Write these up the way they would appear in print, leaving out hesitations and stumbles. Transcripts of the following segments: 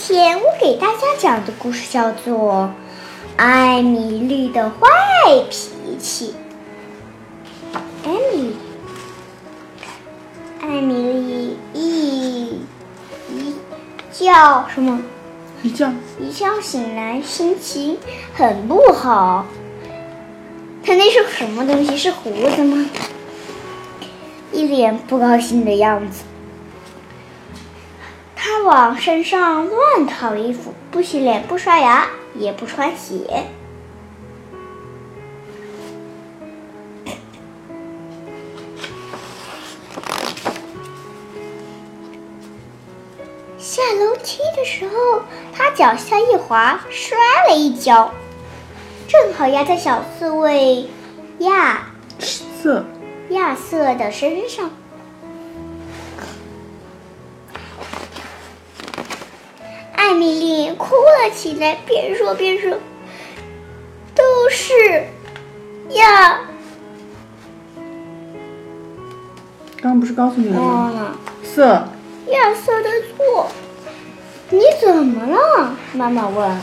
天我给大家讲的故事叫做《艾米丽的坏脾气》。艾米丽一觉醒来，心情很不好。她那是什么东西？是胡子吗？一脸不高兴的样子。她往身上乱套衣服，不洗脸，不刷牙，也不穿鞋。下楼梯的时候，她脚下一滑，摔了一跤，正好压在小刺猬亚瑟的身上。艾米丽哭了起来，边说边说：“都是亚。” 刚刚不是告诉你了吗？ 亚瑟的错。你怎么了？妈妈问。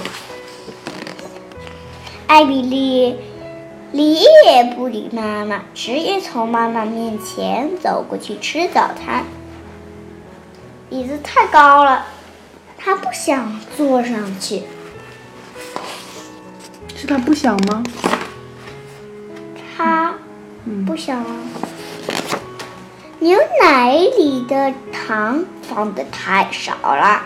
艾米丽理也不理妈妈，直接从妈妈面前走过去吃早餐。椅子太高了，她不想坐上去。 是她不想吗？ 她不想啊。牛奶里的糖放得太少了。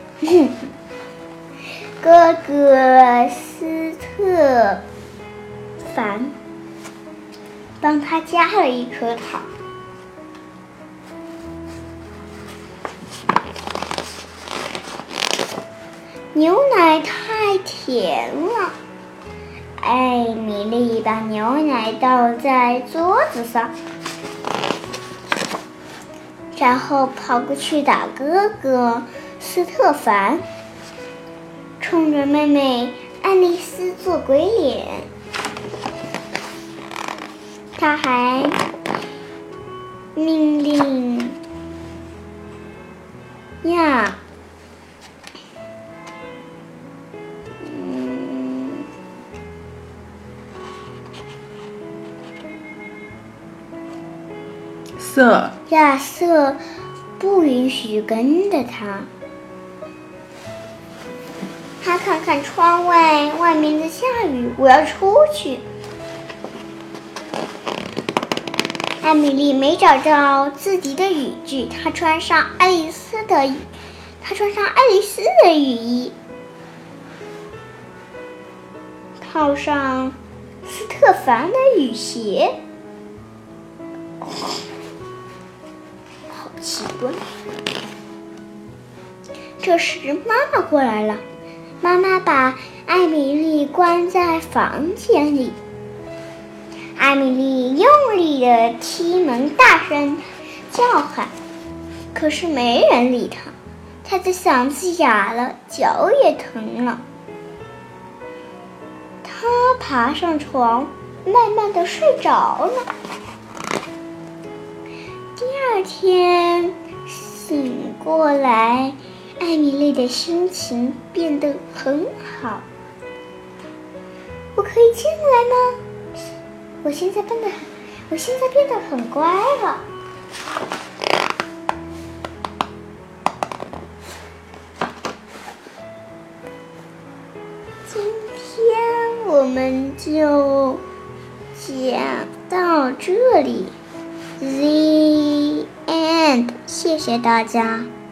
哥哥斯特凡帮他加了一颗糖。牛奶太甜了。艾米丽把牛奶倒在桌子上，然后跑过去打哥哥斯特凡，冲着妹妹爱丽丝做鬼脸。他还命令亚亚瑟不允许跟着他。他看看窗外，外面在下雨，我要出去。艾米丽没找到自己的雨具，她穿上爱丽丝的雨衣，套上斯特凡的雨鞋。好奇怪。这时妈妈过来了，妈妈把艾米丽关在房间里。艾米丽用力地踢门，大声叫喊，可是没人理她。她的嗓子哑了，脚也疼了。她爬上床，慢慢地睡着了。第二天醒过来，艾米丽的心情变得很好。我可以进来吗？我现在变得很乖了。今天我们就讲到这里。The end， 谢谢大家。